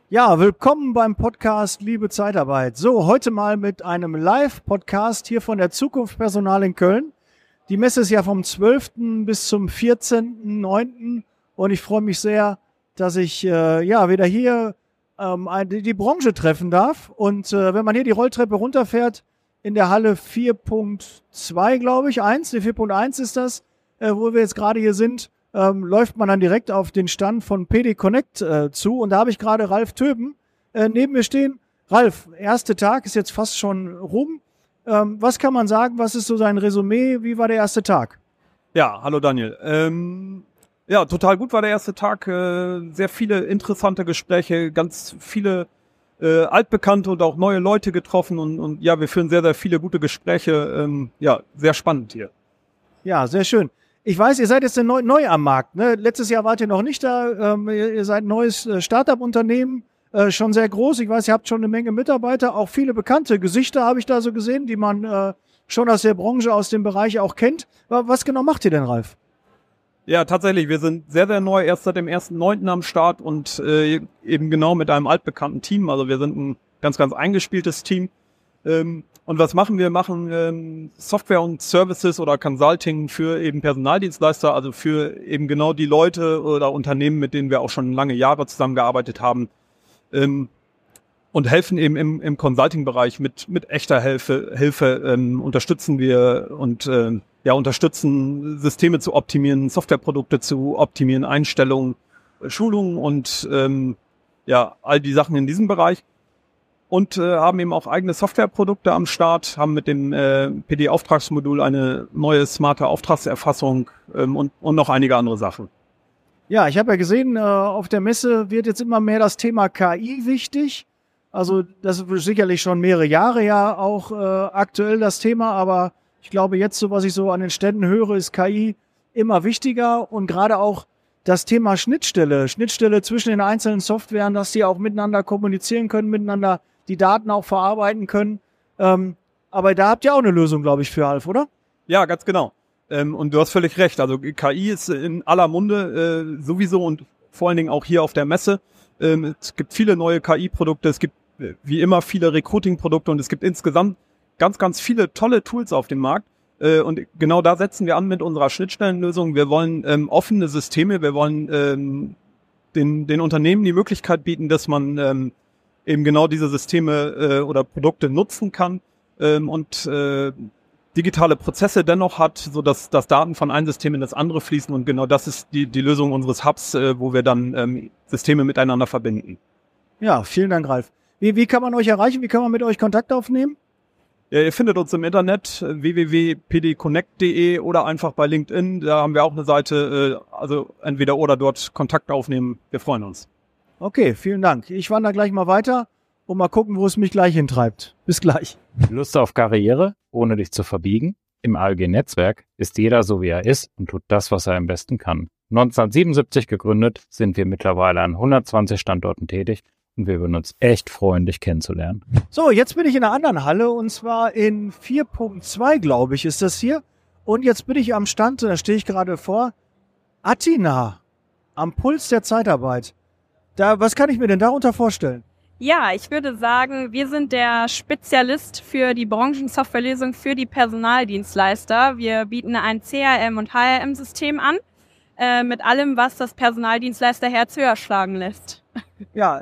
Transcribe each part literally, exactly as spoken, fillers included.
Ja, willkommen beim Podcast Liebe Zeitarbeit. So, heute mal mit einem Live-Podcast hier von der Zukunft Personal in Köln. Die Messe ist ja vom zwölften bis zum vierzehnten neunten und ich freue mich sehr, dass ich äh, ja wieder hier ähm, die, die Branche treffen darf. Und äh, wenn man hier die Rolltreppe runterfährt, in der Halle vier Punkt zwei, glaube ich, eins, die vier Punkt eins ist das, äh, wo wir jetzt gerade hier sind, ähm, läuft man dann direkt auf den Stand von P D Connect äh, zu. Und da habe ich gerade Ralf Töben äh, neben mir stehen. Ralf, erster Tag ist jetzt fast schon rum. Ähm, was kann man sagen? Was ist so sein Resümee? Wie war der erste Tag? Ja, hallo Daniel. Ähm, ja, total gut war der erste Tag. Äh, sehr viele interessante Gespräche, ganz viele äh, altbekannte und auch neue Leute getroffen. Und, und ja, wir führen sehr, sehr viele gute Gespräche. Ähm, ja, sehr spannend hier. Ja, sehr schön. Ich weiß, ihr seid jetzt neu, neu am Markt. Ne? Letztes Jahr wart ihr noch nicht da. Ähm, ihr, ihr seid ein neues äh, Start-up-Unternehmen, äh, schon sehr groß. Ich weiß, ihr habt schon eine Menge Mitarbeiter, auch viele bekannte Gesichter habe ich da so gesehen, die man äh, schon aus der Branche, aus dem Bereich auch kennt. Was genau macht ihr denn, Ralf? Ja, tatsächlich. Wir sind sehr, sehr neu, erst seit dem ersten neunten am Start und äh, eben genau mit einem altbekannten Team. Also wir sind ein ganz, ganz eingespieltes Team. Ähm, Und was machen wir? Machen ähm, Software und Services oder Consulting für eben Personaldienstleister, also für eben genau die Leute oder Unternehmen, mit denen wir auch schon lange Jahre zusammengearbeitet haben, ähm, und helfen eben im, im Consulting-Bereich mit mit echter Hilfe. Hilfe ähm, unterstützen wir und ähm, ja unterstützen Systeme zu optimieren, Softwareprodukte zu optimieren, Einstellungen, Schulungen und ähm, ja all die Sachen in diesem Bereich. Und äh, haben eben auch eigene Softwareprodukte am Start, haben mit dem äh, P D-Auftragsmodul eine neue smarte Auftragserfassung ähm, und, und noch einige andere Sachen. Ja, ich habe ja gesehen, äh, auf der Messe wird jetzt immer mehr das Thema K I wichtig. Also das ist sicherlich schon mehrere Jahre ja auch äh, aktuell das Thema, aber ich glaube jetzt, so was ich so an den Ständen höre, ist K I immer wichtiger und gerade auch das Thema Schnittstelle, Schnittstelle zwischen den einzelnen Softwaren, dass die auch miteinander kommunizieren können, miteinander die Daten auch verarbeiten können. Ähm, aber da habt ihr auch eine Lösung, glaube ich, für Alf, oder? Ja, ganz genau. Ähm, und du hast völlig recht. Also K I ist in aller Munde äh, sowieso und vor allen Dingen auch hier auf der Messe. Ähm, es gibt viele neue K I-Produkte. Es gibt äh, wie immer viele Recruiting-Produkte und es gibt insgesamt ganz, ganz viele tolle Tools auf dem Markt. Äh, und genau da setzen wir an mit unserer Schnittstellenlösung. Wir wollen ähm, offene Systeme. Wir wollen ähm, den, den Unternehmen die Möglichkeit bieten, dass man ähm, eben genau diese Systeme äh, oder Produkte nutzen kann ähm, und äh, digitale Prozesse dennoch hat, so dass, dass Daten von einem System in das andere fließen. Und genau das ist die, die Lösung unseres Hubs, äh, wo wir dann ähm, Systeme miteinander verbinden. Ja, vielen Dank, Ralf. Wie, wie kann man euch erreichen? Wie kann man mit euch Kontakt aufnehmen? Ja, ihr findet uns im Internet w w w punkt p d connect punkt d e oder einfach bei LinkedIn. Da haben wir auch eine Seite, äh, also entweder oder dort Kontakt aufnehmen. Wir freuen uns. Okay, vielen Dank. Ich wandere gleich mal weiter und mal gucken, wo es mich gleich hintreibt. Bis gleich. Lust auf Karriere, ohne dich zu verbiegen? Im A L G-Netzwerk ist jeder so, wie er ist und tut das, was er am besten kann. neunzehnhundertsiebenundsiebzig gegründet, sind wir mittlerweile an hundertzwanzig Standorten tätig und wir würden uns echt freuen, dich kennenzulernen. So, jetzt bin ich in einer anderen Halle und zwar in vier Punkt zwei, glaube ich, ist das hier. Und jetzt bin ich am Stand, da stehe ich gerade vor, Athina, am Puls der Zeitarbeit. Da, was kann ich mir denn darunter vorstellen? Ja, ich würde sagen, wir sind der Spezialist für die Branchensoftwarelösung für die Personaldienstleister. Wir bieten ein C R M- und H R M-System an, äh, mit allem, was das Personaldienstleisterherz höher schlagen lässt. Ja,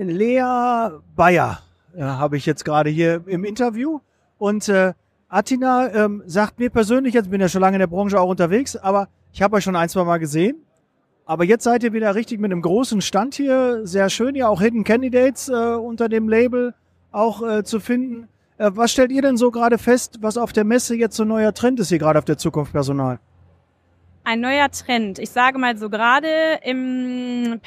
Lea Bayer äh, habe ich jetzt gerade hier im Interview. Und äh, Athina ähm, sagt mir persönlich, jetzt bin ich ja schon lange in der Branche auch unterwegs, aber ich habe euch schon ein, zwei Mal gesehen. Aber jetzt seid ihr wieder richtig mit einem großen Stand hier. Sehr schön, ja auch Hidden Candidates äh, unter dem Label auch äh, zu finden. Äh, was stellt ihr denn so gerade fest, was auf der Messe jetzt so ein neuer Trend ist hier gerade auf der Zukunft Personal? Ein neuer Trend. Ich sage mal so, gerade im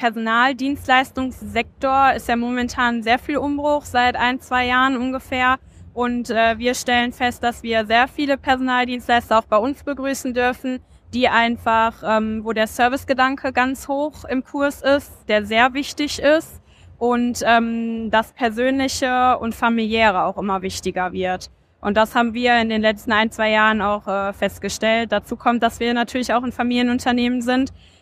Personaldienstleistungssektor ist ja momentan sehr viel Umbruch, seit ein, zwei Jahren ungefähr. Und äh, wir stellen fest, dass wir sehr viele Personaldienstleister auch bei uns begrüßen dürfen, die einfach, ähm, wo der Servicegedanke ganz hoch im Kurs ist, der sehr wichtig ist und ähm, das Persönliche und Familiäre auch immer wichtiger wird. Und das haben wir in den letzten ein, zwei Jahren auch äh, festgestellt. Dazu kommt, dass wir natürlich auch ein Familienunternehmen sind.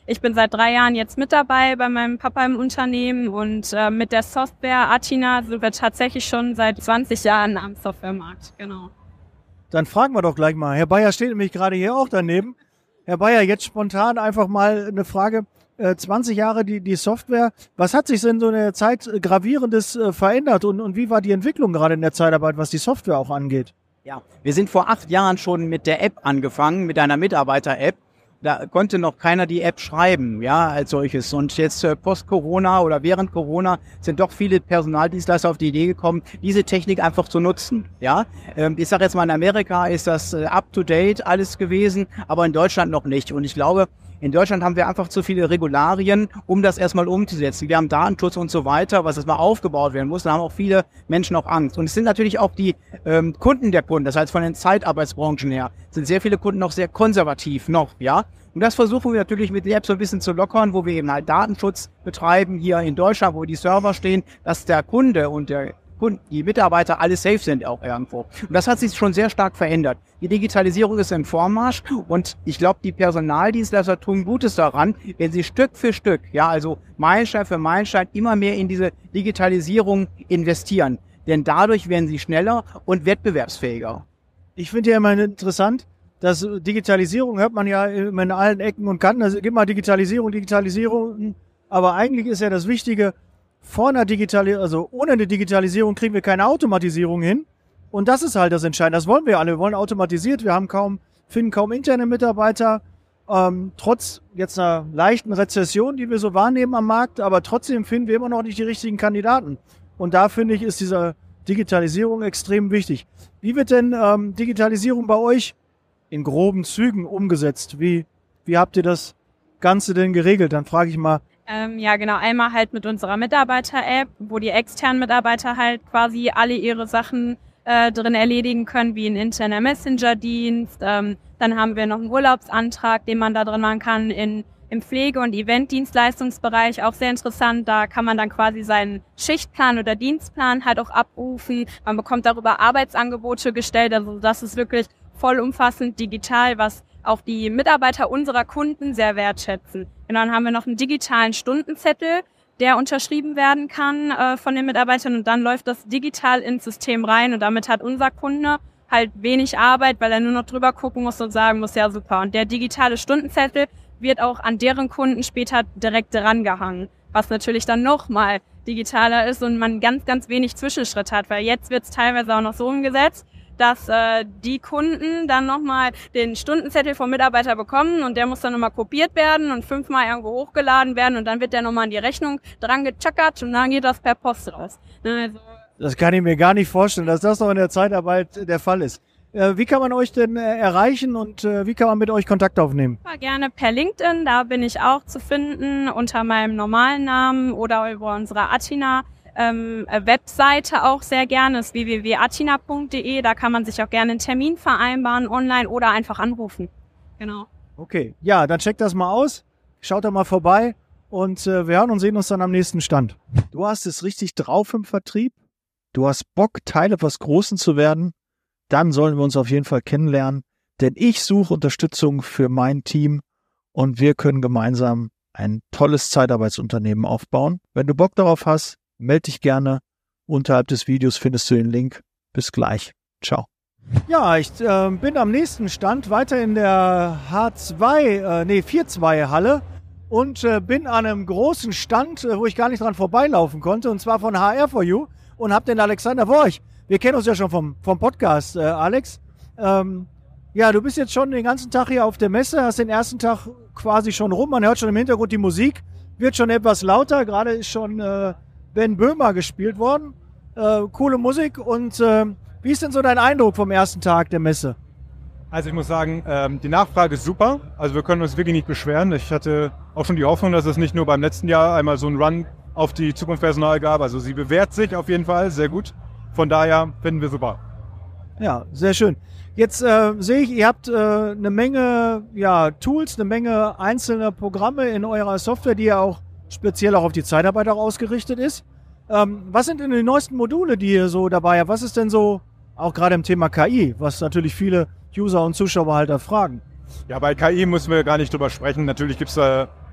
Ich bin seit drei Jahren jetzt mit dabei bei meinem Papa im Unternehmen und äh, mit der Software Athina sind wir tatsächlich schon seit zwanzig Jahren am Softwaremarkt. Genau. Dann fragen wir doch gleich mal. Herr Bayer steht nämlich gerade hier auch daneben. Herr Bayer, jetzt spontan einfach mal eine Frage. Äh, zwanzig Jahre die, die Software. Was hat sich denn so in der Zeit äh, Gravierendes äh, verändert und, und wie war die Entwicklung gerade in der Zeitarbeit, was die Software auch angeht? Ja, wir sind vor acht Jahren schon mit der App angefangen, mit einer Mitarbeiter-App. Da konnte noch keiner die App schreiben, ja, als solches. Und jetzt äh, post-Corona oder während Corona sind doch viele Personaldienstleister auf die Idee gekommen, diese Technik einfach zu nutzen, ja. Ähm, ich sage jetzt mal, in Amerika ist das äh, up-to-date alles gewesen, aber in Deutschland noch nicht. Und ich glaube, in Deutschland haben wir einfach zu viele Regularien, um das erstmal umzusetzen. Wir haben Datenschutz und so weiter, was erstmal aufgebaut werden muss. Da haben auch viele Menschen auch Angst. Und es sind natürlich auch die ähm, Kunden der Kunden, das heißt von den Zeitarbeitsbranchen her, sind sehr viele Kunden noch sehr konservativ noch, ja. Und das versuchen wir natürlich mit der App so ein bisschen zu lockern, wo wir eben halt Datenschutz betreiben hier in Deutschland, wo die Server stehen, dass der Kunde und der Kunden, die Mitarbeiter alle safe sind auch irgendwo. Und das hat sich schon sehr stark verändert. Die Digitalisierung ist im Vormarsch und ich glaube, die Personaldienstleister tun Gutes daran, wenn sie Stück für Stück, ja, also Meilenstein für Meilenstein immer mehr in diese Digitalisierung investieren. Denn dadurch werden sie schneller und wettbewerbsfähiger. Ich finde ja immer interessant, dass Digitalisierung hört man ja immer in allen Ecken und Kanten. Also gibt mal Digitalisierung, Digitalisierung. Aber eigentlich ist ja das Wichtige, vor einer Digitalisierung, also ohne eine Digitalisierung kriegen wir keine Automatisierung hin. Und das ist halt das Entscheidende. Das wollen wir alle. Wir wollen automatisiert. Wir haben kaum, finden kaum interne Mitarbeiter. Ähm, trotz jetzt einer leichten Rezession, die wir so wahrnehmen am Markt. Aber trotzdem finden wir immer noch nicht die richtigen Kandidaten. Und da finde ich, ist diese Digitalisierung extrem wichtig. Wie wird denn ähm, Digitalisierung bei euch in groben Zügen umgesetzt? Wie, wie habt ihr das Ganze denn geregelt? Dann frage ich mal. Ähm, ja, genau. Einmal halt mit unserer Mitarbeiter-App, wo die externen Mitarbeiter halt quasi alle ihre Sachen äh, drin erledigen können, wie ein interner Messenger-Dienst. Ähm, dann haben wir noch einen Urlaubsantrag, den man da drin machen kann in, im Pflege- und Event-Dienstleistungsbereich. Auch sehr interessant. Da kann man dann quasi seinen Schichtplan oder Dienstplan halt auch abrufen. Man bekommt darüber Arbeitsangebote gestellt. Also das ist wirklich vollumfassend digital, was auch die Mitarbeiter unserer Kunden sehr wertschätzen. Und dann haben wir noch einen digitalen Stundenzettel, der unterschrieben werden kann äh, von den Mitarbeitern und dann läuft das digital ins System rein und damit hat unser Kunde halt wenig Arbeit, weil er nur noch drüber gucken muss und sagen muss, ja super. Und der digitale Stundenzettel wird auch an deren Kunden später direkt rangehangen, was natürlich dann nochmal digitaler ist und man ganz, ganz wenig Zwischenschritt hat, weil jetzt wird es teilweise auch noch so umgesetzt, dass äh, die Kunden dann nochmal den Stundenzettel vom Mitarbeiter bekommen und der muss dann nochmal kopiert werden und fünfmal irgendwo hochgeladen werden und dann wird der nochmal an die Rechnung dran gechackert und dann geht das per Post raus. Also, das kann ich mir gar nicht vorstellen, dass das noch in der Zeitarbeit der Fall ist. Äh, wie kann man euch denn äh, erreichen und äh, wie kann man mit euch Kontakt aufnehmen? Gerne per LinkedIn, da bin ich auch zu finden unter meinem normalen Namen oder über unsere Athina Ähm, Webseite auch sehr gerne, ist w w w punkt athina punkt d e. Da kann man sich auch gerne einen Termin vereinbaren, online oder einfach anrufen. Genau. Okay, ja, dann checkt das mal aus. Schaut da mal vorbei und äh, wir hören und sehen uns dann am nächsten Stand. Du hast es richtig drauf im Vertrieb. Du hast Bock, Teil etwas Großen zu werden. Dann sollen wir uns auf jeden Fall kennenlernen, denn ich suche Unterstützung für mein Team und wir können gemeinsam ein tolles Zeitarbeitsunternehmen aufbauen. Wenn du Bock darauf hast, melde dich gerne. Unterhalb des Videos findest du den Link. Bis gleich. Ciao. Ja, ich äh, bin am nächsten Stand, weiter in der H zwei, äh, nee, vier zwei Halle und äh, bin an einem großen Stand, äh, wo ich gar nicht dran vorbeilaufen konnte, und zwar von H R for You und hab den Alexander vor euch. Wir kennen uns ja schon vom, vom Podcast, äh, Alex. Ähm, ja, du bist jetzt schon den ganzen Tag hier auf der Messe, hast den ersten Tag quasi schon rum, man hört schon im Hintergrund die Musik, wird schon etwas lauter, gerade ist schon äh, Ben Böhmer gespielt worden. Äh, coole Musik. Und äh, wie ist denn so dein Eindruck vom ersten Tag der Messe? Also ich muss sagen, ähm, die Nachfrage ist super. Also wir können uns wirklich nicht beschweren. Ich hatte auch schon die Hoffnung, dass es nicht nur beim letzten Jahr einmal so einen Run auf die Zukunft Personal gab. Also sie bewährt sich auf jeden Fall sehr gut. Von daher finden wir super. Ja, sehr schön. Jetzt äh, sehe ich, ihr habt äh, eine Menge ja, Tools, eine Menge einzelne Programme in eurer Software, die ja auch speziell auch auf die Zeitarbeit auch ausgerichtet ist. Ähm, was sind denn die neuesten Module, die ihr so dabei habt? Was ist denn so, auch gerade im Thema K I, was natürlich viele User und Zuschauer halt erfragen? Ja, bei K I müssen wir gar nicht drüber sprechen. Natürlich gibt es da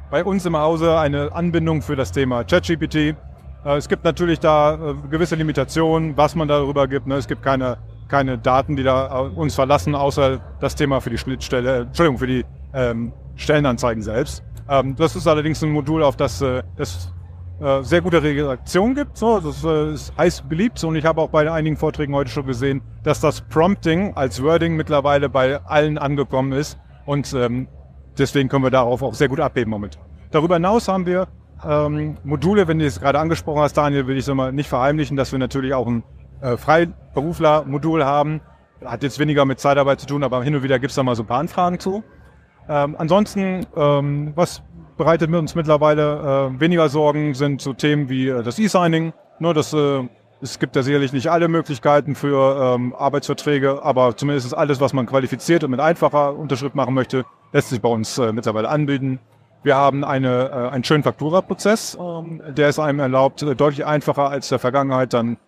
bei uns im Hause eine Anbindung für das Thema ChatGPT. Äh, es gibt natürlich da äh, gewisse Limitationen, was man darüber gibt. Ne? Es gibt keine, keine Daten, die da äh, uns verlassen, außer das Thema für die Schnittstelle, äh, Entschuldigung, für die ähm, Stellenanzeigen selbst. Ähm, das ist allerdings ein Modul, auf das äh, es äh, sehr gute Reaktion gibt. So, das äh, ist heiß beliebt und ich habe auch bei einigen Vorträgen heute schon gesehen, dass das Prompting als Wording mittlerweile bei allen angekommen ist und ähm, deswegen können wir darauf auch sehr gut abheben momentan. Darüber hinaus haben wir ähm, Module, wenn du es gerade angesprochen hast, Daniel, will ich es mal nicht verheimlichen, dass wir natürlich auch ein äh, Freiberufler-Modul haben. Hat jetzt weniger mit Zeitarbeit zu tun, aber hin und wieder gibt es da mal so ein paar Anfragen zu. Ähm, ansonsten, ähm, was bereitet uns mittlerweile äh, weniger Sorgen, sind so Themen wie äh, das E-Signing. Nur das, äh, es gibt ja sicherlich nicht alle Möglichkeiten für ähm, Arbeitsverträge, aber zumindest ist alles, was man qualifiziert und mit einfacher Unterschrift machen möchte, lässt sich bei uns äh, mittlerweile anbieten. Wir haben eine, äh, einen schönen Fakturaprozess, ähm, der es einem erlaubt, äh, deutlich einfacher als der Vergangenheit dann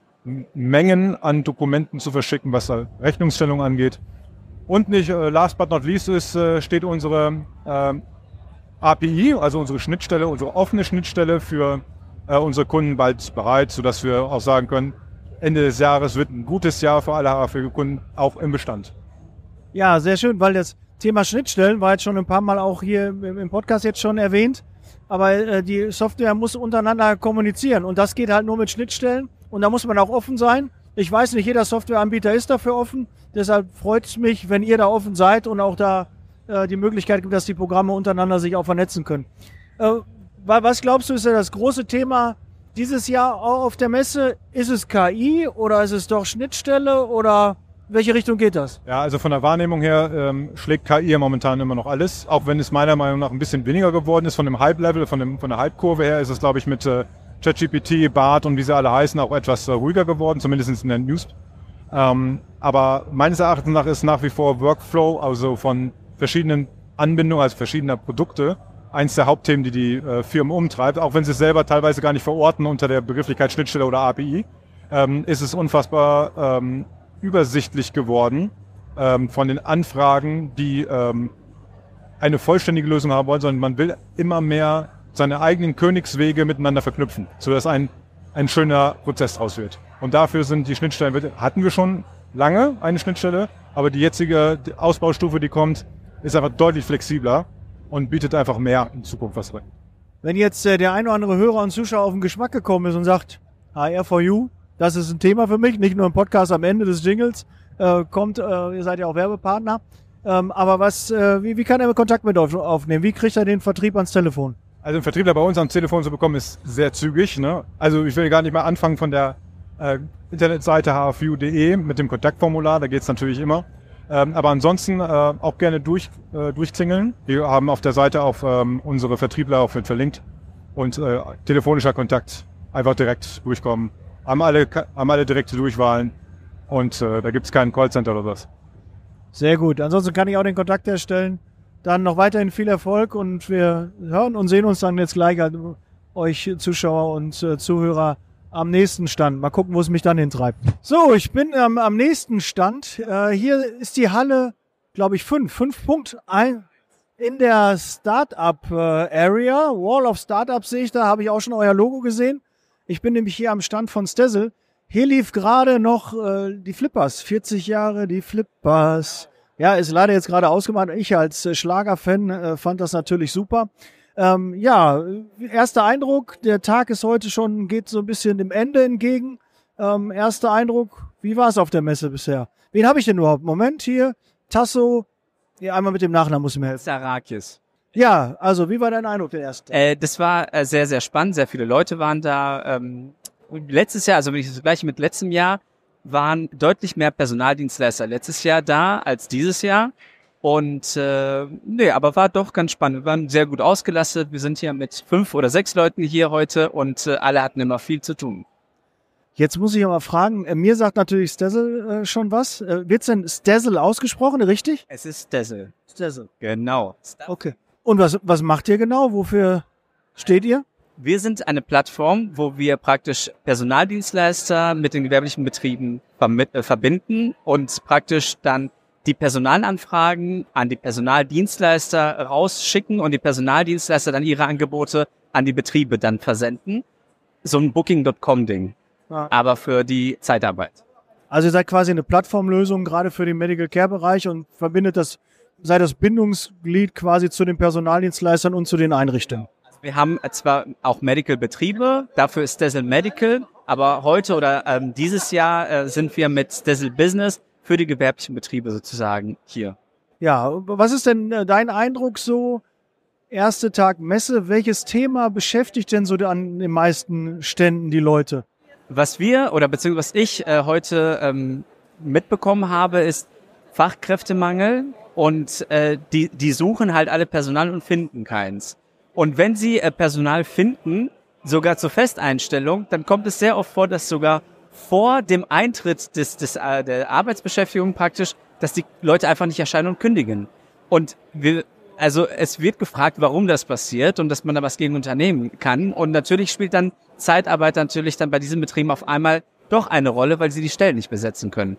Mengen an Dokumenten zu verschicken, was äh, Rechnungsstellung angeht. Und nicht äh, last but not least ist, äh, steht unsere äh, A P I, also unsere Schnittstelle, unsere offene Schnittstelle für äh, unsere Kunden bald bereit, sodass wir auch sagen können, Ende des Jahres wird ein gutes Jahr für alle H A V-Kunden auch im Bestand. Ja, sehr schön, weil das Thema Schnittstellen war jetzt schon ein paar Mal auch hier im Podcast jetzt schon erwähnt. Aber äh, die Software muss untereinander kommunizieren und das geht halt nur mit Schnittstellen und da muss man auch offen sein. Ich weiß nicht, jeder Softwareanbieter ist dafür offen. Deshalb freut es mich, wenn ihr da offen seid und auch da äh, die Möglichkeit gibt, dass die Programme untereinander sich auch vernetzen können. Äh, was glaubst du, ist ja das große Thema dieses Jahr auch auf der Messe? Ist es K I oder ist es doch Schnittstelle oder welche Richtung geht das? Ja, also von der Wahrnehmung her ähm, schlägt K I ja momentan immer noch alles, auch wenn es meiner Meinung nach ein bisschen weniger geworden ist von dem Hype-Level, von, dem, von der Hype-Kurve her ist es, glaube ich, mit äh, ChatGPT, Bart und wie sie alle heißen, auch etwas äh, ruhiger geworden, zumindest in der News. Ähm, aber meines Erachtens nach ist nach wie vor Workflow, also von verschiedenen Anbindungen, also verschiedener Produkte, eins der Hauptthemen, die die äh, Firmen umtreibt, auch wenn sie es selber teilweise gar nicht verorten unter der Begrifflichkeit Schnittstelle oder A P I, ähm, ist es unfassbar ähm, übersichtlich geworden ähm, von den Anfragen, die ähm, eine vollständige Lösung haben wollen, sondern man will immer mehr seine eigenen Königswege miteinander verknüpfen, sodass ein, ein schöner Prozess draus wird. Und dafür sind die Schnittstellen, hatten wir schon lange eine Schnittstelle, aber die jetzige Ausbaustufe, die kommt, ist einfach deutlich flexibler und bietet einfach mehr in Zukunft was rein. Wenn jetzt äh, der ein oder andere Hörer und Zuschauer auf den Geschmack gekommen ist und sagt, H R for You, das ist ein Thema für mich, nicht nur im Podcast am Ende des Jingles, äh, kommt, äh, ihr seid ja auch Werbepartner, ähm, aber was, äh, wie, wie kann er Kontakt mit euch aufnehmen? Wie kriegt er den Vertrieb ans Telefon? Also einen Vertriebler bei uns am Telefon zu bekommen, ist sehr zügig. Ne? Also ich will gar nicht mal anfangen von der äh, Internetseite h f u punkt d e mit dem Kontaktformular, da geht's natürlich immer. Ähm, aber ansonsten äh, auch gerne durch, äh, durchklingeln. Wir haben auf der Seite auf ähm, unsere Vertriebler auch mit verlinkt und äh, telefonischer Kontakt, einfach direkt durchkommen. Haben alle, haben alle direkte Durchwahlen und äh, da gibt's keinen Callcenter oder was. Sehr gut. Ansonsten kann ich auch den Kontakt herstellen. Dann noch weiterhin viel Erfolg und wir hören und sehen uns dann jetzt gleich, also euch Zuschauer und äh, Zuhörer, am nächsten Stand. Mal gucken, wo es mich dann hintreibt. So, ich bin ähm, am nächsten Stand. Äh, hier ist die Halle, glaube ich, fünf. fünf Punkt eins in der Startup-Area. Wall of Startups sehe ich da, habe ich auch schon euer Logo gesehen. Ich bin nämlich hier am Stand von Stezl. Hier lief gerade noch äh, die Flippers. vierzig Jahre die Flippers. Ja, ist leider jetzt gerade ausgemacht. Ich als äh, Schlagerfan äh, fand das natürlich super. Ähm, ja, erster Eindruck, der Tag ist heute schon, geht so ein bisschen dem Ende entgegen. Ähm, erster Eindruck, wie war es auf der Messe bisher? Wen habe ich denn überhaupt? Moment, hier, Tasso. Ja, einmal mit dem Nachnamen muss ich mir helfen. Sarakis. Ja, also wie war dein Eindruck der erste? Äh, das war äh, sehr, sehr spannend. Sehr viele Leute waren da. Ähm, letztes Jahr, also wenn ich das vergleiche mit letztem Jahr, waren deutlich mehr Personaldienstleister letztes Jahr da als dieses Jahr. Und äh, nee, aber war doch ganz spannend. Wir waren sehr gut ausgelastet. Wir sind hier mit fünf oder sechs Leuten hier heute und äh, alle hatten immer viel zu tun. Jetzt muss ich aber fragen, äh, mir sagt natürlich Stezl äh, schon was. Äh, wird's denn Stezl ausgesprochen, richtig? Es ist Stezl. Stezl. Genau. Okay. Und was, was macht ihr genau? Wofür steht ihr? Wir sind eine Plattform, wo wir praktisch Personaldienstleister mit den gewerblichen Betrieben verbinden und praktisch dann die Personalanfragen an die Personaldienstleister rausschicken und die Personaldienstleister dann ihre Angebote an die Betriebe dann versenden. So ein Booking Punkt com-Ding, Ja. aber für die Zeitarbeit. Also ihr seid quasi eine Plattformlösung gerade für den Medical Care Bereich und verbindet das, seid das Bindungsglied quasi zu den Personaldienstleistern und zu den Einrichtungen. Wir haben zwar auch Medical-Betriebe, dafür ist Stezl Medical, aber heute oder ähm, dieses Jahr äh, sind wir mit Stezl Business für die gewerblichen Betriebe sozusagen hier. Ja, was ist denn äh, dein Eindruck so? Erster Tag Messe, welches Thema beschäftigt denn so an den meisten Ständen die Leute? Was wir oder beziehungsweise was ich äh, heute ähm, mitbekommen habe, ist Fachkräftemangel und äh, die, die suchen halt alle Personal und finden keins. Und wenn sie äh, Personal finden, sogar zur Festeinstellung, dann kommt es sehr oft vor, dass sogar vor dem Eintritt des, des, äh, der Arbeitsbeschäftigung praktisch, dass die Leute einfach nicht erscheinen und kündigen. Und wir, also es wird gefragt, warum das passiert und dass man da was gegen unternehmen kann. Und natürlich spielt dann Zeitarbeit natürlich dann bei diesen Betrieben auf einmal doch eine Rolle, weil sie die Stellen nicht besetzen können.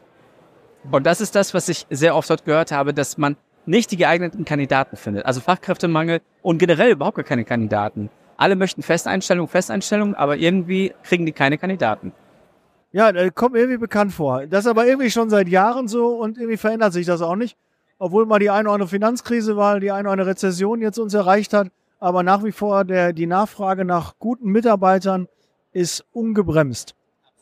Und das ist das, was ich sehr oft dort gehört habe, dass man nicht die geeigneten Kandidaten findet. Also Fachkräftemangel und generell überhaupt gar keine Kandidaten. Alle möchten Festeinstellung, Festeinstellung, aber irgendwie kriegen die keine Kandidaten. Ja, das kommt mir irgendwie bekannt vor. Das ist aber irgendwie schon seit Jahren so und irgendwie verändert sich das auch nicht. Obwohl mal die eine oder andere Finanzkrise war, die eine oder andere Rezession jetzt uns erreicht hat. Aber nach wie vor der, die Nachfrage nach guten Mitarbeitern ist ungebremst.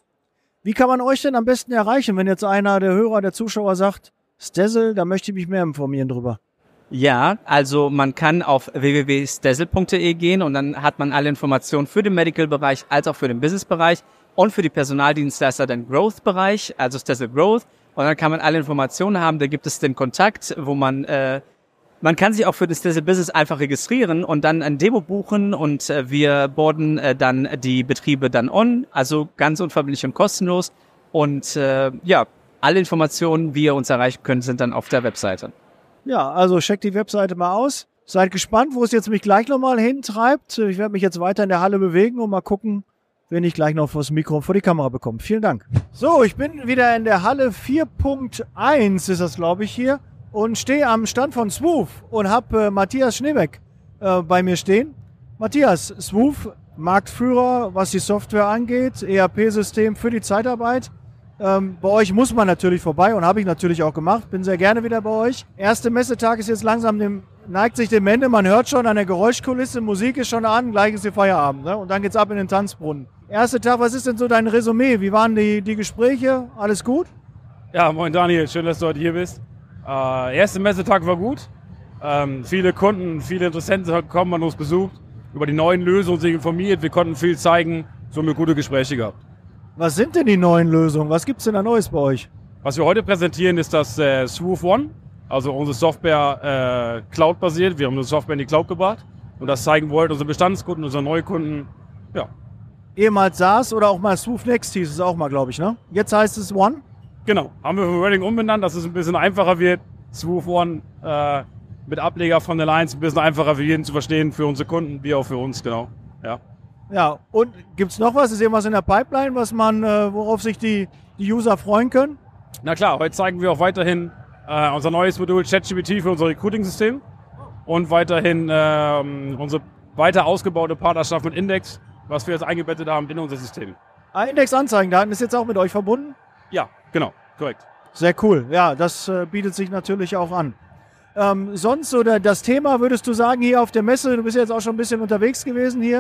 Wie kann man euch denn am besten erreichen, wenn jetzt einer der Hörer, der Zuschauer sagt, Stezl, da möchte ich mich mehr informieren drüber? Ja, also man kann auf w w w punkt stezl punkt d e gehen und dann hat man alle Informationen für den Medical-Bereich als auch für den Business-Bereich und für die Personaldienstleister den Growth-Bereich, also Stezl Growth. Und dann kann man alle Informationen haben, da gibt es den Kontakt, wo man, äh, man kann sich auch für das Stezl Business einfach registrieren und dann ein Demo buchen und äh, wir boarden äh, dann die Betriebe dann on, also ganz unverbindlich und kostenlos. Und äh, ja, alle Informationen, wie ihr uns erreichen könnt, sind dann auf der Webseite. Ja, also checkt die Webseite mal aus. Seid gespannt, wo es jetzt mich gleich nochmal hintreibt. Ich werde mich jetzt weiter in der Halle bewegen und mal gucken, wenn ich gleich noch vors Mikro und vor die Kamera bekomme. Vielen Dank. So, ich bin wieder in der Halle vier Punkt eins ist das, glaube ich, hier und stehe am Stand von Swoof und habe äh, Matthias Schneebeck äh, bei mir stehen. Matthias, Swoof, Marktführer, was die Software angeht, E R P-System für die Zeitarbeit. Ähm, bei euch muss man natürlich vorbei und habe ich natürlich auch gemacht. Bin sehr gerne wieder bei euch. Erster Messetag ist jetzt langsam, dem, neigt sich dem Ende. Man hört schon an der Geräuschkulisse, Musik ist schon an, gleich ist die Feierabend. Ne? Und dann geht's ab in den Tanzbrunnen. Erster Tag, was ist denn so dein Resümee? Wie waren die, die Gespräche? Alles gut? Ja, moin Daniel, schön, dass du heute hier bist. Äh, erster Messetag war gut. Ähm, viele Kunden, viele Interessenten haben gekommen, haben uns besucht, über die neuen Lösungen sich informiert. Wir konnten viel zeigen, somit gute Gespräche gehabt. Was sind denn die neuen Lösungen? Was gibt's denn da Neues bei euch? Was wir heute präsentieren, ist das äh, Swoof One, also unsere Software äh, Cloud-basiert. Wir haben unsere Software in die Cloud gebracht und das zeigen wollten unsere Bestandskunden, unsere Neukunden. Ja. Ehemals SaaS oder auch mal Swoof Next hieß es auch mal, glaube ich, ne? Jetzt heißt es One? Genau, haben wir für Wording umbenannt, dass es ein bisschen einfacher wird. Swoof One äh, mit Ableger von der Lines ein bisschen einfacher für jeden zu verstehen, für unsere Kunden, wie auch für uns, genau. Ja. Ja, und gibt's noch was? Ist irgendwas in der Pipeline, was man, äh, worauf sich die, die User freuen können? Na klar, heute zeigen wir auch weiterhin äh, unser neues Modul ChatGPT für unser Recruiting-System und weiterhin äh, unsere weiter ausgebaute Partnerschaft mit Index, was wir jetzt eingebettet haben in unser System. Ah, Index-Anzeigendaten ist jetzt auch mit euch verbunden? Ja, genau, korrekt. Sehr cool. Ja, das äh, bietet sich natürlich auch an. Ähm, sonst oder das Thema, würdest du sagen, hier auf der Messe, du bist ja jetzt auch schon ein bisschen unterwegs gewesen hier,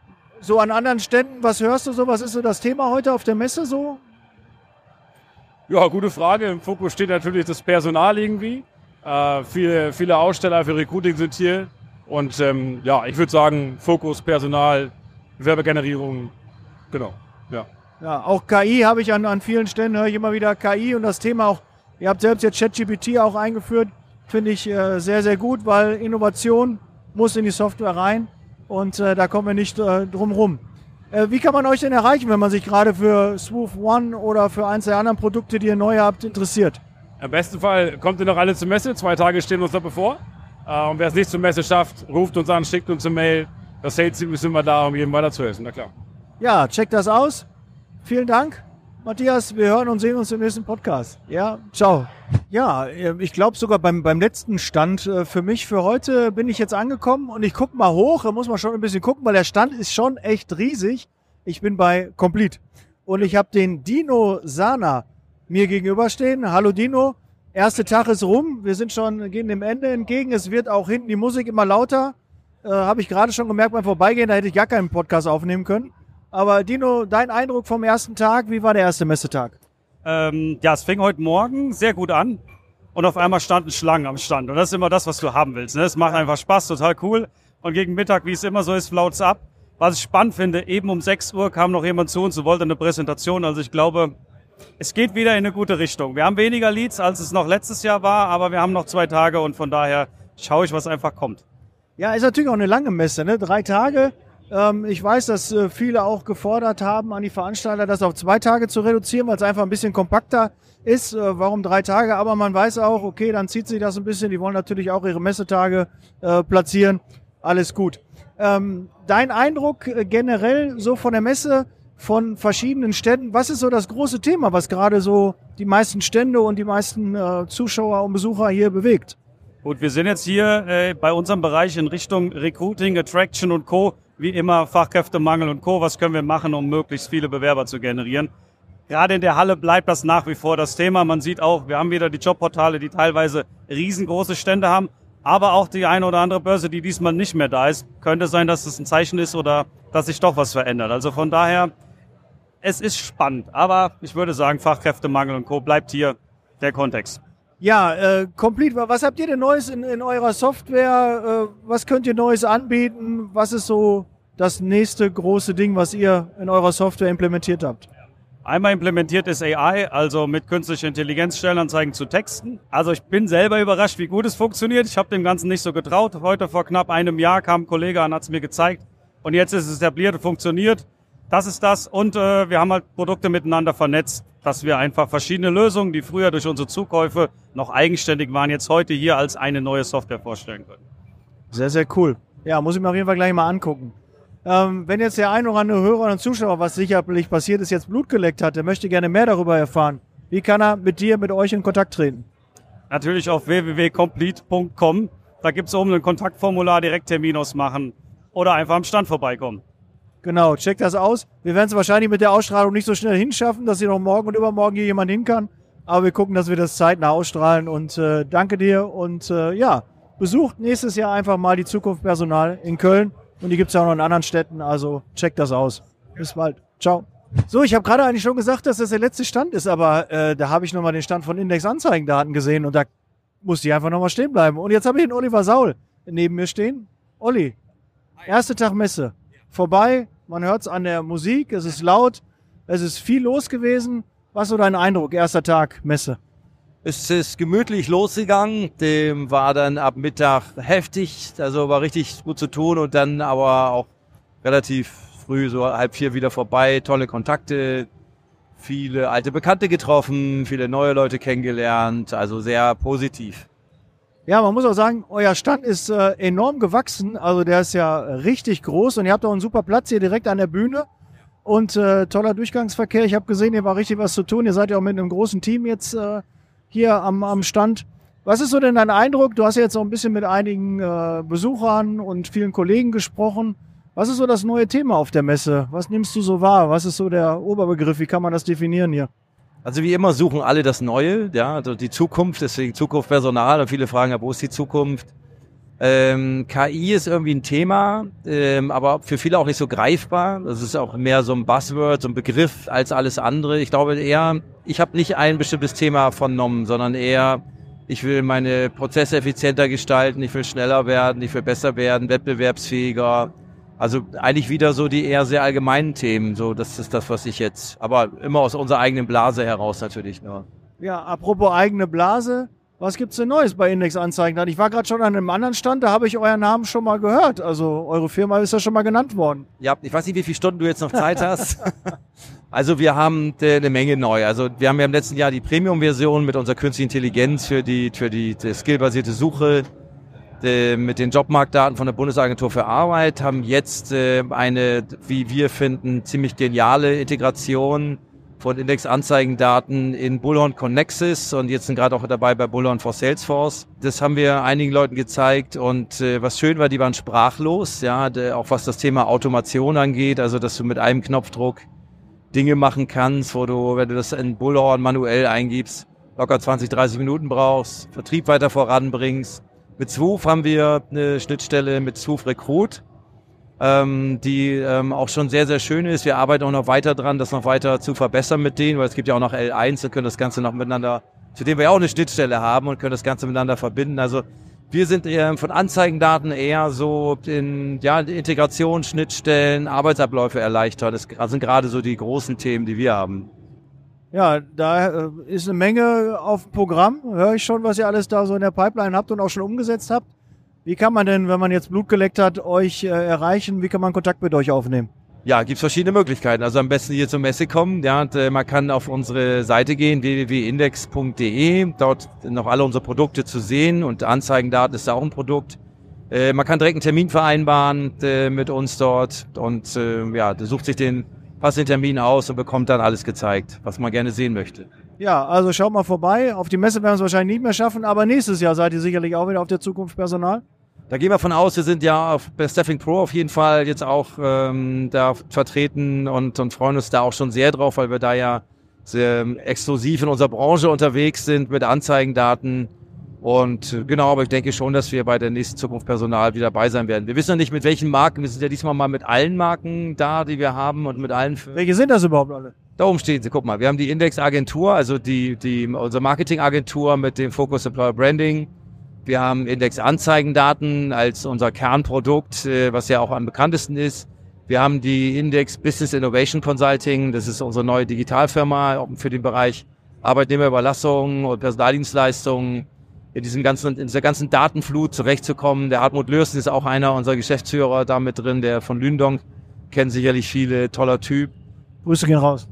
so an anderen Ständen, was hörst du so, was ist so das Thema heute auf der Messe so? Ja, gute Frage. Im Fokus steht natürlich das Personal irgendwie. Äh, viele, viele Aussteller für Recruiting sind hier. Und ähm, ja, ich würde sagen, Fokus, Personal, Werbegenerierung, genau, ja. Ja, auch K I habe ich an, an vielen Stellen, höre ich immer wieder K I und das Thema auch, ihr habt selbst jetzt ChatGPT auch eingeführt, finde ich äh, sehr, sehr gut, weil Innovation muss in die Software rein. Und äh, da kommen wir nicht äh, drum rum. Äh, wie kann man euch denn erreichen, wenn man sich gerade für Swoof One oder für eins der anderen Produkte, die ihr neu habt, interessiert? Im besten Fall kommt ihr noch alle zur Messe. Zwei Tage stehen uns da bevor. Äh, und wer es nicht zur Messe schafft, ruft uns an, schickt uns eine Mail. Das Sales-Team ist immer da, um jedem weiterzuhelfen, na klar. Ja, checkt das aus. Vielen Dank Matthias, wir hören und sehen uns im nächsten Podcast. Ja, ciao. Ja, ich glaube sogar beim, beim letzten Stand äh, für mich für heute bin ich jetzt angekommen und ich gucke mal hoch, da muss man schon ein bisschen gucken, weil der Stand ist schon echt riesig. Ich bin bei Complete und ich habe den Dino Sana mir gegenüberstehen. Hallo Dino, erster Tag ist rum, wir sind schon, gehen dem Ende entgegen, es wird auch hinten die Musik immer lauter. Äh, habe ich gerade schon gemerkt beim Vorbeigehen, da hätte ich gar keinen Podcast aufnehmen können. Aber Dino, dein Eindruck vom ersten Tag, wie war der erste Messetag? Ähm, ja, es fing heute Morgen sehr gut an und auf einmal standen Schlangen am Stand. Und das ist immer das, was du haben willst. Ne? Es macht einfach Spaß, total cool. Und gegen Mittag, wie es immer so ist, flaut's ab. Was ich spannend finde, eben um sechs Uhr kam noch jemand zu uns und wollte eine Präsentation. Also ich glaube, es geht wieder in eine gute Richtung. Wir haben weniger Leads, als es noch letztes Jahr war, aber wir haben noch zwei Tage und von daher schaue ich, was einfach kommt. Ja, ist natürlich auch eine lange Messe, ne? Drei Tage. Ähm, ich weiß, dass äh, viele auch gefordert haben an die Veranstalter, das auf zwei Tage zu reduzieren, weil es einfach ein bisschen kompakter ist. Äh, warum drei Tage? Aber man weiß auch, okay, dann zieht sich das ein bisschen. Die wollen natürlich auch ihre Messetage äh, platzieren. Alles gut. Ähm, dein Eindruck äh, generell so von der Messe, von verschiedenen Ständen, was ist so das große Thema, was gerade so die meisten Stände und die meisten äh, Zuschauer und Besucher hier bewegt? Gut, wir sind jetzt hier äh, bei unserem Bereich in Richtung Recruiting, Attraction und Co. Wie immer Fachkräftemangel und Co. Was können wir machen, um möglichst viele Bewerber zu generieren? Gerade in der Halle bleibt das nach wie vor das Thema. Man sieht auch, wir haben wieder die Jobportale, die teilweise riesengroße Stände haben, aber auch die eine oder andere Börse, die diesmal nicht mehr da ist. Könnte sein, dass es ein Zeichen ist oder dass sich doch was verändert. Also von daher, es ist spannend, aber ich würde sagen, Fachkräftemangel und Co. bleibt hier der Kontext. Ja, äh, Complete, was habt ihr denn Neues in, in eurer Software? Äh, was könnt ihr Neues anbieten? Was ist so das nächste große Ding, was ihr in eurer Software implementiert habt? Einmal implementiert ist A I, also mit künstlicher Intelligenz Stellenanzeigen zu texten. Also ich bin selber überrascht, wie gut es funktioniert. Ich habe dem Ganzen nicht so getraut. Heute vor knapp einem Jahr kam ein Kollege an, hat es mir gezeigt. Und jetzt ist es etabliert und funktioniert. Das ist das. Und äh, wir haben halt Produkte miteinander vernetzt, dass wir einfach verschiedene Lösungen, die früher durch unsere Zukäufe noch eigenständig waren, jetzt heute hier als eine neue Software vorstellen können. Sehr, sehr cool. Ja, muss ich mir auf jeden Fall gleich mal angucken. Ähm, wenn jetzt der ein oder andere Hörer und Zuschauer, was sicherlich passiert ist, jetzt Blut geleckt hat, der möchte gerne mehr darüber erfahren. Wie kann er mit dir, mit euch in Kontakt treten? Natürlich auf w w w punkt complete punkt com. Da gibt es oben ein Kontaktformular, direkt Termin ausmachen oder einfach am Stand vorbeikommen. Genau, check das aus. Wir werden es wahrscheinlich mit der Ausstrahlung nicht so schnell hinschaffen, dass hier noch morgen und übermorgen hier jemand hin kann. Aber wir gucken, dass wir das zeitnah ausstrahlen. Und äh, danke dir. Und äh, ja, besucht nächstes Jahr einfach mal die Zukunft Personal in Köln. Und die gibt es ja auch noch in anderen Städten. Also check das aus. Bis bald. Ciao. So, ich habe gerade eigentlich schon gesagt, dass das der letzte Stand ist. Aber äh, da habe ich nochmal den Stand von Index Anzeigendaten gesehen. Und da musste ich einfach nochmal stehen bleiben. Und jetzt habe ich den Oliver Saul neben mir stehen. Olli, erster Tag Messe. Vorbei. Man hört es an der Musik, es ist laut, es ist viel los gewesen. Was ist so dein Eindruck, erster Tag Messe? Es ist gemütlich losgegangen, dem war dann ab Mittag heftig, also war richtig gut zu tun und dann aber auch relativ früh, so halb vier wieder vorbei, tolle Kontakte, viele alte Bekannte getroffen, viele neue Leute kennengelernt, also sehr positiv. Ja, man muss auch sagen, euer Stand ist äh, enorm gewachsen. Also der ist ja richtig groß und ihr habt auch einen super Platz hier direkt an der Bühne und äh, toller Durchgangsverkehr. Ich habe gesehen, hier war richtig was zu tun. Ihr seid ja auch mit einem großen Team jetzt äh, hier am, am Stand. Was ist so denn dein Eindruck? Du hast ja jetzt auch ein bisschen mit einigen äh, Besuchern und vielen Kollegen gesprochen. Was ist so das neue Thema auf der Messe? Was nimmst du so wahr? Was ist so der Oberbegriff? Wie kann man das definieren hier? Also wie immer suchen alle das Neue, ja, also die Zukunft, deswegen Zukunft Personal und viele fragen ja, wo ist die Zukunft? Ähm, K I ist irgendwie ein Thema, ähm, aber für viele auch nicht so greifbar. Das ist auch mehr so ein Buzzword, so ein Begriff als alles andere. Ich glaube eher, ich habe nicht ein bestimmtes Thema vernommen, sondern eher, ich will meine Prozesse effizienter gestalten, ich will schneller werden, ich will besser werden, wettbewerbsfähiger. Also eigentlich wieder so die eher sehr allgemeinen Themen, so das ist das, was ich jetzt, aber immer aus unserer eigenen Blase heraus natürlich. Ja, ja, apropos eigene Blase, was gibt's denn Neues bei Index Anzeigendaten? Ich war gerade schon an einem anderen Stand, da habe ich euren Namen schon mal gehört, also eure Firma ist ja schon mal genannt worden. Ja, ich weiß nicht, wie viele Stunden du jetzt noch Zeit hast. Also wir haben eine Menge neu, also wir haben ja im letzten Jahr die Premium-Version mit unserer künstlichen Intelligenz für die, für die, die skillbasierte Suche, mit den Jobmarktdaten von der Bundesagentur für Arbeit, haben jetzt äh, eine, wie wir finden, ziemlich geniale Integration von Index-Anzeigendaten in Bullhorn Connexus und jetzt sind gerade auch dabei bei Bullhorn for Salesforce. Das haben wir einigen Leuten gezeigt und äh, was schön war, die waren sprachlos, ja, der, auch was das Thema Automation angeht, also dass du mit einem Knopfdruck Dinge machen kannst, wo du, wenn du das in Bullhorn manuell eingibst, locker zwanzig, dreißig Minuten brauchst, Vertrieb weiter voranbringst. Mit Swoof haben wir eine Schnittstelle mit Swoof Recruit, ähm, die ähm, auch schon sehr, sehr schön ist. Wir arbeiten auch noch weiter dran, das noch weiter zu verbessern mit denen, weil es gibt ja auch noch L eins und können das Ganze noch miteinander, zu dem wir ja auch eine Schnittstelle haben und können das Ganze miteinander verbinden. Also wir sind eher von Anzeigendaten eher so in ja, Integration, Schnittstellen, Arbeitsabläufe erleichtern. Das sind gerade so die großen Themen, die wir haben. Ja, da ist eine Menge auf dem Programm. Höre ich schon, was ihr alles da so in der Pipeline habt und auch schon umgesetzt habt. Wie kann man denn, wenn man jetzt Blut geleckt hat, euch äh, erreichen? Wie kann man Kontakt mit euch aufnehmen? Ja, gibt's verschiedene Möglichkeiten. Also am besten hier zur Messe kommen. Ja, und, äh, man kann auf unsere Seite gehen, w w w punkt index punkt d e. Dort sind noch alle unsere Produkte zu sehen und Anzeigendaten ist da auch ein Produkt. Äh, man kann direkt einen Termin vereinbaren äh, mit uns dort und äh, ja, sucht sich den passenden Termin aus und bekommt dann alles gezeigt, was man gerne sehen möchte. Ja, also schaut mal vorbei. Auf die Messe werden wir es wahrscheinlich nicht mehr schaffen, aber nächstes Jahr seid ihr sicherlich auch wieder auf der Zukunft Personal. Da gehen wir von aus, wir sind ja auf, bei Staffing Pro auf jeden Fall jetzt auch ähm, da vertreten und, und freuen uns da auch schon sehr drauf, weil wir da ja sehr exklusiv in unserer Branche unterwegs sind mit Anzeigendaten. Und genau, aber ich denke schon, dass wir bei der nächsten Zukunft Personal wieder dabei sein werden. Wir wissen ja nicht, mit welchen Marken. Wir sind ja diesmal mal mit allen Marken da, die wir haben und mit allen. Welche sind das überhaupt alle? Da oben stehen sie. Guck mal, wir haben die Index-Agentur, also die, die, unsere Marketing-Agentur mit dem Focus Employer Branding. Wir haben Index-Anzeigendaten als unser Kernprodukt, was ja auch am bekanntesten ist. Wir haben die Index Business Innovation Consulting. Das ist unsere neue Digitalfirma für den Bereich Arbeitnehmerüberlassung und Personaldienstleistungen. In diesem ganzen, in dieser ganzen Datenflut zurechtzukommen. Der Hartmut Lürsten ist auch einer unserer Geschäftsführer da mit drin, der von Lündong, kennen sicherlich viele, toller Typ. Grüße gehen raus.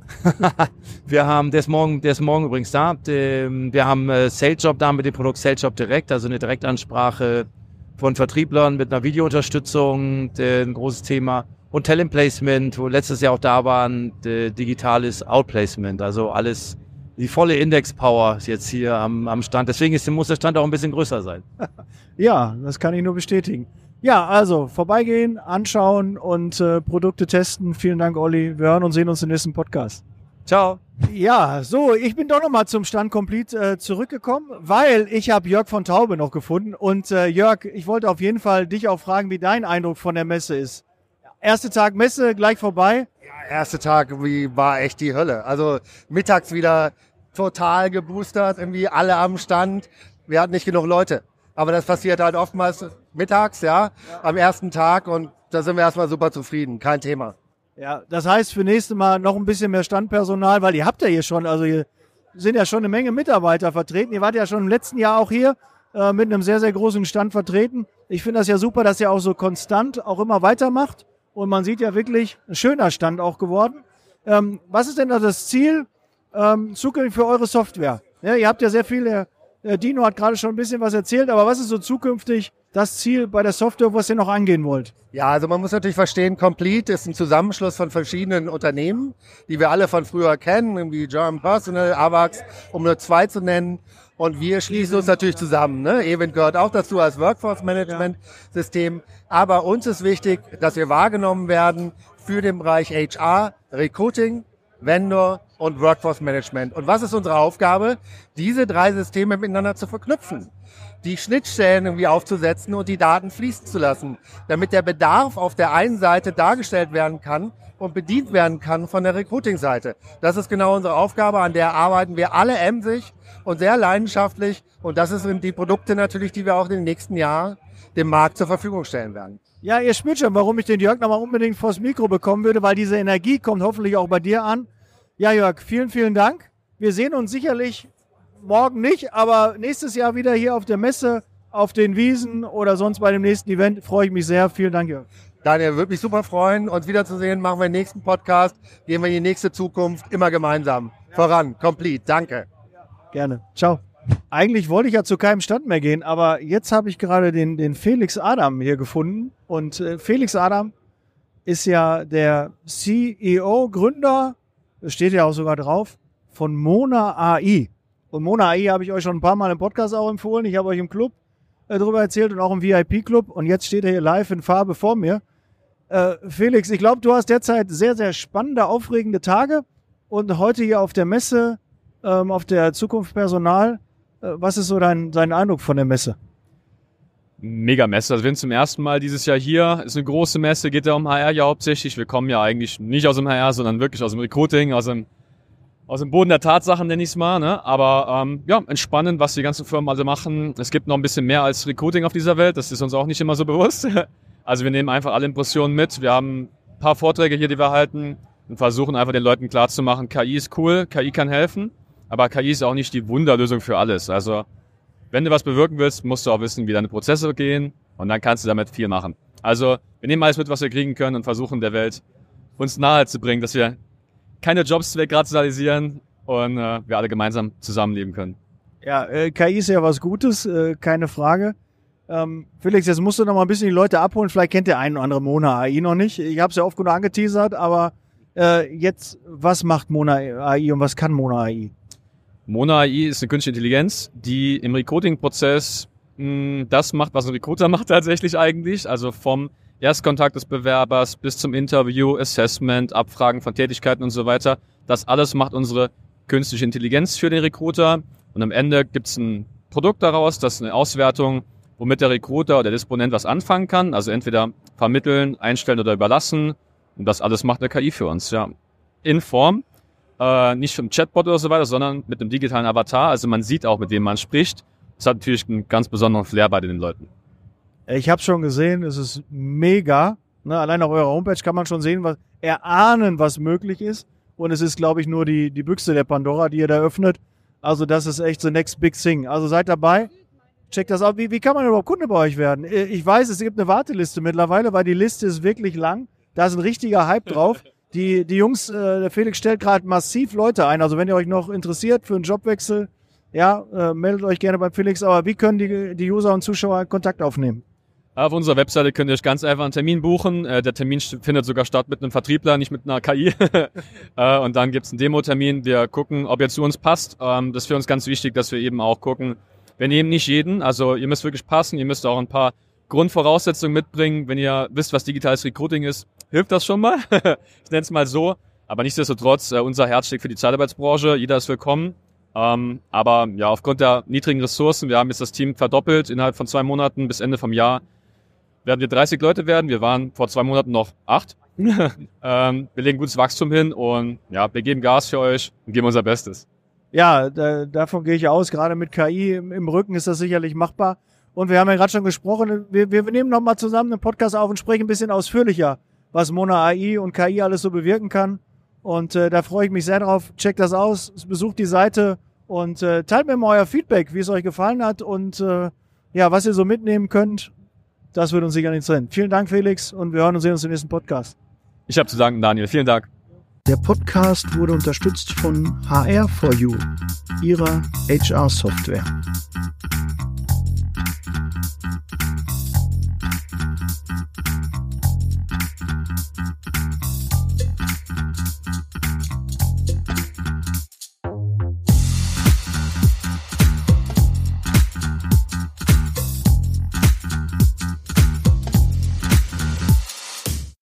Wir haben, der ist morgen, der ist morgen übrigens da. Wir haben SalesJob da mit dem Produkt SalesJob Direkt, also eine Direktansprache von Vertrieblern mit einer Videounterstützung, ein großes Thema. Und Talent Placement, wo letztes Jahr auch da waren, digitales Outplacement, also alles. Die volle Index-Power ist jetzt hier am, am Stand. Deswegen ist, muss der Stand auch ein bisschen größer sein. Ja, das kann ich nur bestätigen. Ja, also vorbeigehen, anschauen und äh, Produkte testen. Vielen Dank, Olli. Wir hören und sehen uns im nächsten Podcast. Ciao. Ja, so, ich bin doch nochmal zum Stand Complete äh, zurückgekommen, weil ich habe Jörg von Taube noch gefunden. Und äh, Jörg, ich wollte auf jeden Fall dich auch fragen, wie dein Eindruck von der Messe ist. Erste Tag Messe, gleich vorbei. Ja, erste Tag wie, war echt die Hölle. Also mittags wieder total geboostert, irgendwie alle am Stand. Wir hatten nicht genug Leute. Aber das passiert halt oftmals mittags, ja, am ersten Tag und da sind wir erstmal super zufrieden. Kein Thema. Ja, das heißt für nächstes Mal noch ein bisschen mehr Standpersonal, weil ihr habt ja hier schon, also hier sind ja schon eine Menge Mitarbeiter vertreten. Ihr wart ja schon im letzten Jahr auch hier äh, mit einem sehr, sehr großen Stand vertreten. Ich finde das ja super, dass ihr auch so konstant auch immer weitermacht. Und man sieht ja wirklich, ein schöner Stand auch geworden. Ähm, was ist denn da das Ziel ähm, zukünftig für eure Software? Ja, ihr habt ja sehr viele, äh, Dino hat gerade schon ein bisschen was erzählt, aber was ist so zukünftig das Ziel bei der Software, was ihr noch angehen wollt? Ja, also man muss natürlich verstehen, Complete ist ein Zusammenschluss von verschiedenen Unternehmen, die wir alle von früher kennen, wie German Personal, Avax, um nur zwei zu nennen. Und wir schließen uns natürlich zusammen. Ne? Event gehört auch dazu als Workforce-Management-System. Aber uns ist wichtig, dass wir wahrgenommen werden für den Bereich H R, Recruiting, Vendor und Workforce-Management. Und was ist unsere Aufgabe? Diese drei Systeme miteinander zu verknüpfen, die Schnittstellen irgendwie aufzusetzen und die Daten fließen zu lassen, damit der Bedarf auf der einen Seite dargestellt werden kann und bedient werden kann von der Recruiting-Seite. Das ist genau unsere Aufgabe, an der arbeiten wir alle emsig und sehr leidenschaftlich. Und das sind die Produkte natürlich, die wir auch in den nächsten Jahren dem Markt zur Verfügung stellen werden. Ja, ihr spürt schon, warum ich den Jörg nochmal unbedingt vors Mikro bekommen würde, weil diese Energie kommt hoffentlich auch bei dir an. Ja, Jörg, vielen, vielen Dank. Wir sehen uns sicherlich morgen nicht, aber nächstes Jahr wieder hier auf der Messe, auf den Wiesen oder sonst bei dem nächsten Event. Freue ich mich sehr. Vielen Dank, Jörg. Daniel, würde mich super freuen, uns wiederzusehen. Machen wir den nächsten Podcast, gehen wir in die nächste Zukunft, immer gemeinsam. Ja. Voran, complete. Danke. Gerne. Ciao. Eigentlich wollte ich ja zu keinem Stand mehr gehen, aber jetzt habe ich gerade den, den Felix Adam hier gefunden. Und äh, Felix Adam ist ja der C E O, Gründer, es steht ja auch sogar drauf, von Mona A I. Und Mona A I habe ich euch schon ein paar Mal im Podcast auch empfohlen. Ich habe euch im Club äh, darüber erzählt und auch im V I P-Club. Und jetzt steht er hier live in Farbe vor mir. Äh, Felix, ich glaube, du hast derzeit sehr, sehr spannende, aufregende Tage. Und heute hier auf der Messe, ähm, auf der Zukunft Personal, äh, was ist so dein, dein Eindruck von der Messe? Mega Messe. Also wir sind zum ersten Mal dieses Jahr hier. Ist eine große Messe, geht ja um H R ja hauptsächlich. Wir kommen ja eigentlich nicht aus dem H R, sondern wirklich aus dem Recruiting, aus dem, aus dem Boden der Tatsachen, nenne ich es mal. Ne? Aber ähm, ja, entspannend, was die ganzen Firmen alle machen. Es gibt noch ein bisschen mehr als Recruiting auf dieser Welt. Das ist uns auch nicht immer so bewusst. Also wir nehmen einfach alle Impressionen mit. Wir haben ein paar Vorträge hier, die wir halten und versuchen einfach den Leuten klarzumachen, K I ist cool, K I kann helfen, aber K I ist auch nicht die Wunderlösung für alles. Also wenn du was bewirken willst, musst du auch wissen, wie deine Prozesse gehen und dann kannst du damit viel machen. Also wir nehmen alles mit, was wir kriegen können und versuchen der Welt uns nahe zu bringen, dass wir keine Jobs wegrationalisieren und äh, wir alle gemeinsam zusammenleben können. Ja, äh, K I ist ja was Gutes, äh, keine Frage. Ähm, Felix, jetzt musst du noch mal ein bisschen die Leute abholen. Vielleicht kennt der ein oder andere Mona A I noch nicht. Ich habe es ja oft genug angeteasert, aber äh, jetzt, was macht Mona A I und was kann Mona A I? Mona A I ist eine künstliche Intelligenz, die im Recruiting-Prozess mh, das macht, was ein Recruiter macht tatsächlich eigentlich. Also vom Erstkontakt des Bewerbers bis zum Interview, Assessment, Abfragen von Tätigkeiten und so weiter. Das alles macht unsere künstliche Intelligenz für den Recruiter. Und am Ende gibt es ein Produkt daraus, das ist eine Auswertung, womit der Recruiter oder der Disponent was anfangen kann. Also entweder vermitteln, einstellen oder überlassen. Und das alles macht eine K I für uns, ja. In Form. Äh, nicht vom Chatbot oder so weiter, sondern mit einem digitalen Avatar. Also man sieht auch, mit wem man spricht. Das hat natürlich einen ganz besonderen Flair bei den Leuten. Ich habe schon gesehen, es ist mega. Ne, allein auf eurer Homepage kann man schon sehen, was erahnen, was möglich ist. Und es ist, glaube ich, nur die, die Büchse der Pandora, die ihr da öffnet. Also das ist echt the next big thing. Also seid dabei. Checkt das aus. Wie, wie kann man überhaupt Kunde bei euch werden? Ich weiß, es gibt eine Warteliste mittlerweile, weil die Liste ist wirklich lang. Da ist ein richtiger Hype drauf. Die, die Jungs, äh, der Felix stellt gerade massiv Leute ein. Also wenn ihr euch noch interessiert für einen Jobwechsel, ja, äh, meldet euch gerne beim Felix. Aber wie können die, die User und Zuschauer Kontakt aufnehmen? Auf unserer Webseite könnt ihr euch ganz einfach einen Termin buchen. Äh, der Termin findet sogar statt mit einem Vertriebler, nicht mit einer K I. äh, und dann gibt's einen Demo-Termin. Wir gucken, ob ihr zu uns passt. Ähm, das ist für uns ganz wichtig, dass wir eben auch gucken. Wir nehmen nicht jeden. Also ihr müsst wirklich passen. Ihr müsst auch ein paar Grundvoraussetzungen mitbringen. Wenn ihr wisst, was digitales Recruiting ist, hilft das schon mal. Ich nenne es mal so. Aber nichtsdestotrotz, äh, unser Herz schlägt für die Zeitarbeitsbranche. Jeder ist willkommen. Ähm, aber ja, aufgrund der niedrigen Ressourcen, wir haben jetzt das Team verdoppelt innerhalb von zwei Monaten bis Ende vom Jahr. Werden wir dreißig Leute werden. Wir waren vor zwei Monaten noch acht. ähm, wir legen gutes Wachstum hin und ja, wir geben Gas für euch und geben unser Bestes. Ja, da, davon gehe ich aus. Gerade mit K I im, im Rücken ist das sicherlich machbar. Und wir haben ja gerade schon gesprochen, wir, wir nehmen noch mal zusammen einen Podcast auf und sprechen ein bisschen ausführlicher, was Mona A I und K I alles so bewirken kann. Und äh, da freue ich mich sehr drauf. Checkt das aus, besucht die Seite und äh, teilt mir mal euer Feedback, wie es euch gefallen hat und äh, ja, was ihr so mitnehmen könnt. Das würde uns sicher interessieren. Vielen Dank, Felix, und wir hören und sehen uns im nächsten Podcast. Ich habe zu danken, Daniel. Vielen Dank. Der Podcast wurde unterstützt von H R for You, ihrer H R-Software.